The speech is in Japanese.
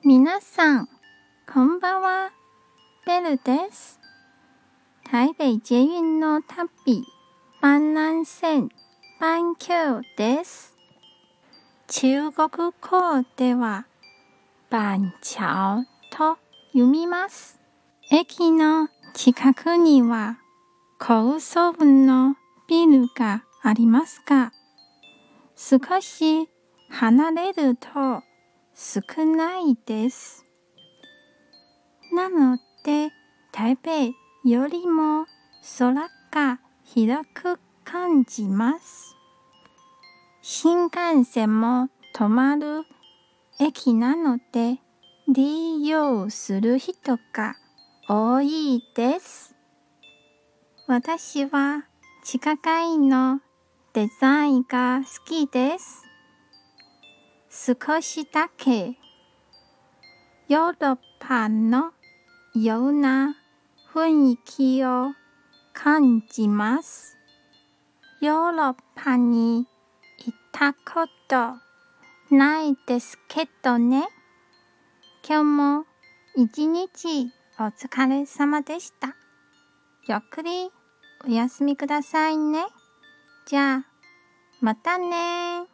皆さん、こんばんは。ベルです。台北捷運の旅、板南線、板橋です。中国語では、板橋と読みます。駅の近くには、高層のビルがありますが、少し離れると少ないです。なので、台北よりも空が広く感じます。新幹線も止まる駅なので、利用する人が多いです。私は地下街のデザインが好きです。少しだけヨーロッパのような雰囲気を感じます。ヨーロッパに行ったことないですけどね。今日も一日お疲れ様でした。ゆっくりお休みくださいね。じゃあ、またね。